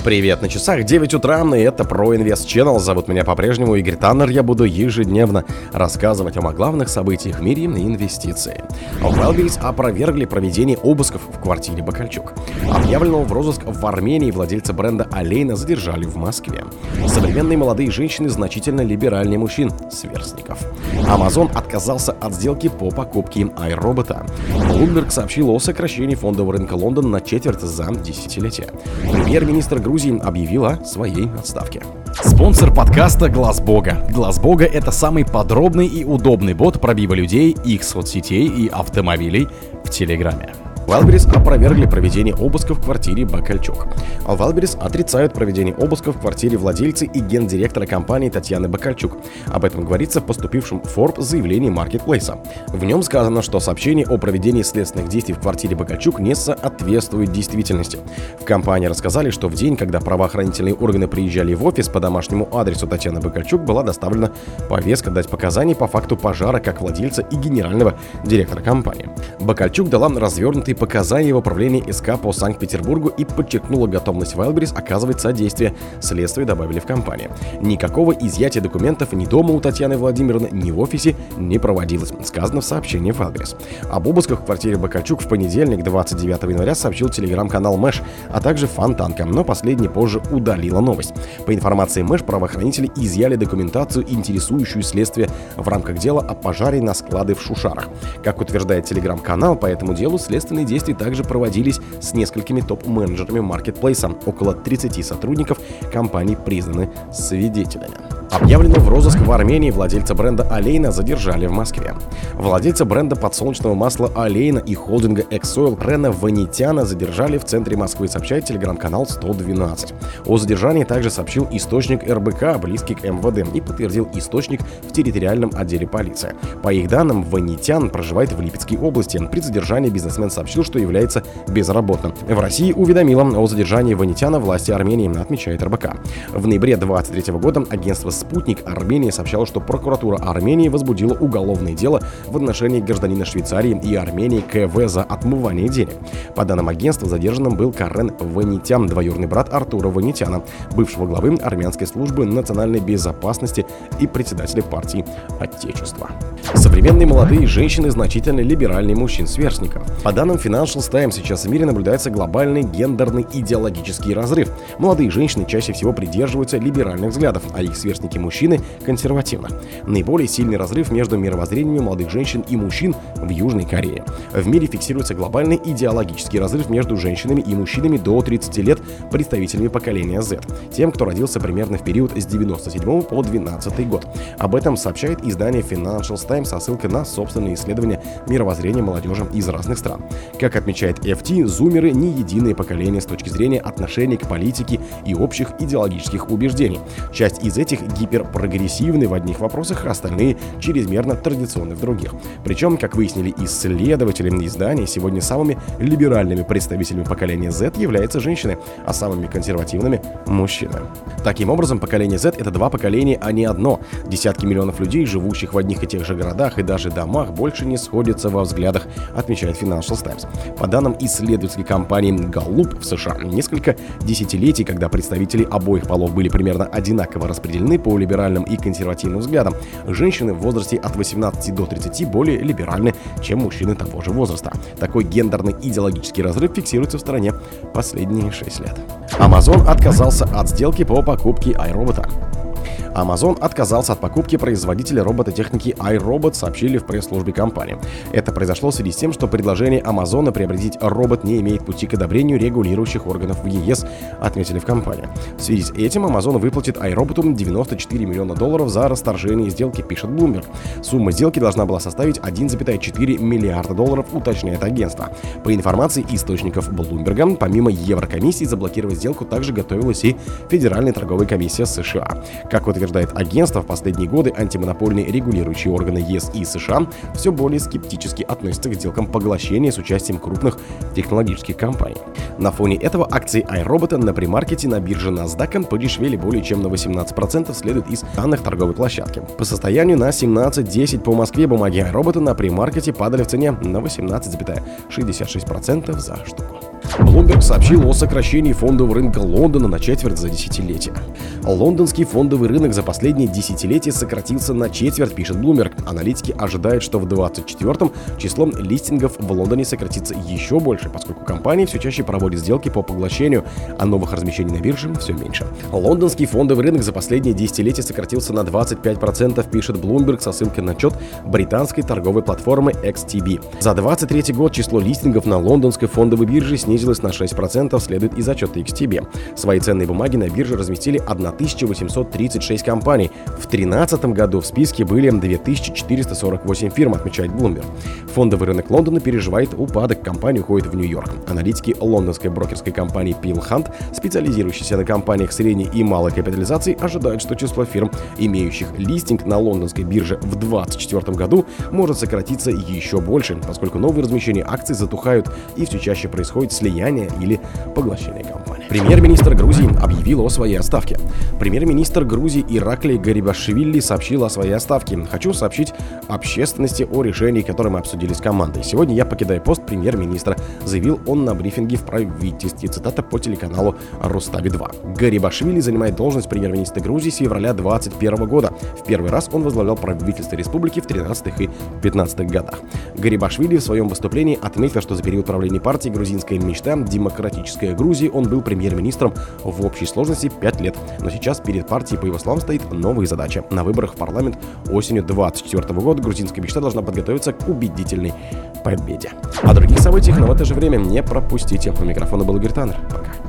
Привет, на часах 9 утра, и это ProInvest Channel. Зовут меня по-прежнему Игорь Таннер. Я буду ежедневно рассказывать о главных событиях в мире инвестиций. Wildberries опровергли проведение обысков в квартире Бакальчук. Объявленного в розыск в Армении владельца бренда Олейна задержали в Москве. Современные молодые женщины значительно либеральнее мужчин, сверстников. Amazon отказался от сделки по покупке iRobot. Bloomberg сообщил о сокращении фондового рынка Лондона на четверть за десятилетие. Премьер-министр Грузии объявил о своей отставке. Спонсор подкаста Глаз Бога. Глаз Бога — это самый подробный и удобный бот пробива людей, их соцсетей и автомобилей в Телеграме. Wildberries опровергли проведение обыска в квартире Бакальчук. Wildberries отрицают проведение обыска в квартире владельца и гендиректора компании Татьяны Бакальчук. Об этом говорится в поступившем в Forbes заявлении маркетплейса. В нем сказано, что сообщение о проведении следственных действий в квартире Бакальчук не соответствует действительности. В компании рассказали, что в день, когда правоохранительные органы приезжали в офис по домашнему адресу Татьяны Бакальчук, была доставлена повестка дать показания по факту пожара как владельца и генерального директора компании. Бакальчук дала развернутые показания в управлении СК по Санкт-Петербургу и подчеркнула готовность Wildberries оказывать содействие. Следствие добавили в компании. Никакого изъятия документов ни дома у Татьяны Владимировны, ни в офисе не проводилось, сказано в сообщении Wildberries. Об обысках в квартире Бакальчук в понедельник, 29 января, сообщил телеграм-канал Мэш, а также Фонтанка, но последний позже удалила новость. По информации Мэш, правоохранители изъяли документацию, интересующую следствие в рамках дела о пожаре на склады в Шушарах. Как утверждает телеграм-канал, по этому делу следственные действия также проводились с несколькими топ-менеджерами маркетплейса. Около 30 сотрудников компании признаны свидетелями. Объявленного в розыск в Армении владельца бренда Олейна задержали в Москве. Владельца бренда подсолнечного масла Олейна и холдинга Эксойл Рена Ванитяна задержали в центре Москвы, сообщает телеграм-канал 112. О задержании также сообщил источник РБК, близкий к МВД, и подтвердил источник в территориальном отделе полиции. По их данным, Ванитян проживает в Липецкой области. При задержании бизнесмен сообщил, что является безработным. В России уведомила о задержании Ванитяна власти Армении, отмечает РБК. В ноябре 2023 года агентство «Спутник» Армении сообщало, что прокуратура Армении возбудила уголовное дело в отношении гражданина Швейцарии и Армении КВ за отмывание денег. По данным агентства, задержанным был Карен Ванитян, двоюродный брат Артура Ванитяна, бывшего главы армянской службы национальной безопасности и председателя партии Отечества. Современные молодые женщины значительно либеральнее мужчин-сверстников. По данным Financial Times, сейчас в мире наблюдается глобальный гендерный идеологический разрыв. Молодые женщины чаще всего придерживаются либеральных взглядов, а их сверстники-мужчины – консервативно. Наиболее сильный разрыв между мировоззрениями молодых женщин и мужчин в Южной Корее. В мире фиксируется глобальный идеологический разрыв между женщинами и мужчинами до 30 лет, представителями поколения Z, тем, кто родился примерно в период с 97 по 12 год. Об этом сообщает издание Financial Times со ссылкой на собственные исследования мировоззрения молодежи из разных стран. Как отмечает FT, зумеры не единое поколение с точки зрения отношений к политике и общих идеологических убеждений. Часть из этих гиперпрогрессивны в одних вопросах, остальные чрезмерно традиционны в других. Причем, как выяснили исследователи издания, сегодня самыми либеральными представителями поколения Z являются женщины, а самыми консервативными – мужчины. Таким образом, поколение Z – это два поколения, а не одно. Десятки миллионов людей, живущих в одних и тех же городах и даже домах, больше не сходятся во взглядах, отмечает Financial Times. По данным исследовательской компании Gallup в США, несколько десятилетий, когда представители обоих полов были примерно одинаково распределены по либеральным и консервативным взглядам, женщины в возрасте от 18 до 30 более либеральны, чем мужчины того же возраста. Такой гендерный идеологический разрыв фиксируется в стране последние 6 лет. Amazon отказался от сделки по покупке iRobot. Amazon отказался от покупки производителя робототехники iRobot, сообщили в пресс-службе компании. Это произошло в связи с тем, что предложение Amazon приобретить робот не имеет пути к одобрению регулирующих органов в ЕС, отметили в компании. В связи с этим Amazon выплатит iRobot $94 миллиона за расторжение сделки, пишет Bloomberg. Сумма сделки должна была составить $1,4 миллиарда, уточняет агентство. По информации источников Bloomberg, помимо Еврокомиссии, заблокировать сделку также готовилась и Федеральная торговая комиссия США. Как утверждает агентство, в последние годы антимонопольные регулирующие органы ЕС и США все более скептически относятся к сделкам поглощения с участием крупных технологических компаний. На фоне этого акции iRobot на премаркете на бирже NASDAQ подешевели более чем на 18%, следует из данных торговой площадки. По состоянию на 17.10 по Москве бумаги iRobot на премаркете падали в цене на 18,66% за штуку. Bloomberg сообщил о сокращении фондового рынка Лондона на четверть за десятилетие. Лондонский фондовый рынок за последние десятилетия сократился на четверть, пишет Bloomberg. Аналитики ожидают, что в 2024-м число листингов в Лондоне сократится еще больше, поскольку компании все чаще проводят сделки по поглощению, а новых размещений на бирже все меньше. Лондонский фондовый рынок за последние десятилетия сократился на 25%, пишет Bloomberg со ссылкой на отчет британской торговой платформы XTB. За 2023 год число листингов на лондонской фондовой бирже снизилось на 6%, следует из отчета XTB. Свои ценные бумаги на бирже разместили 1836 компаний. В 2013 году в списке были 2448 фирм, отмечает Bloomberg. Фондовый рынок Лондона переживает упадок, компания уходит в Нью-Йорк. Аналитики лондонской брокерской компании Peel Hunt, специализирующейся на компаниях средней и малой капитализации, ожидают, что число фирм, имеющих листинг на лондонской бирже в 2024 году, может сократиться еще больше, поскольку новые размещения акций затухают и все чаще происходит слияние или поглощение компании. Премьер-министр Грузии объявил о своей отставке. Премьер-министр Грузии Ираклий Гарибашвили сообщил о своей отставке. Хочу сообщить общественности о решении, которое мы обсудили с командой. Сегодня я покидаю пост премьер-министра, заявил он на брифинге в правительстве. Цитата по телеканалу Рустави-2. Гарибашвили занимает должность премьер-министра Грузии с февраля 2021 года. В первый раз он возглавлял правительство республики в 13 и 15 годах. Гарибашвили в своем выступлении отметил, что за период правления партии «Грузинская мечта. Демократическая Грузия» он был премьер-министром в общей сложности 5 лет. Но сейчас перед партией, по его словам, стоит новая задача. На выборах в парламент осенью 2024 года грузинская мечта должна подготовиться к убедительной победе. О других событиях, но в это же время не пропустите. У микрофона был Игорь Таннер. Пока.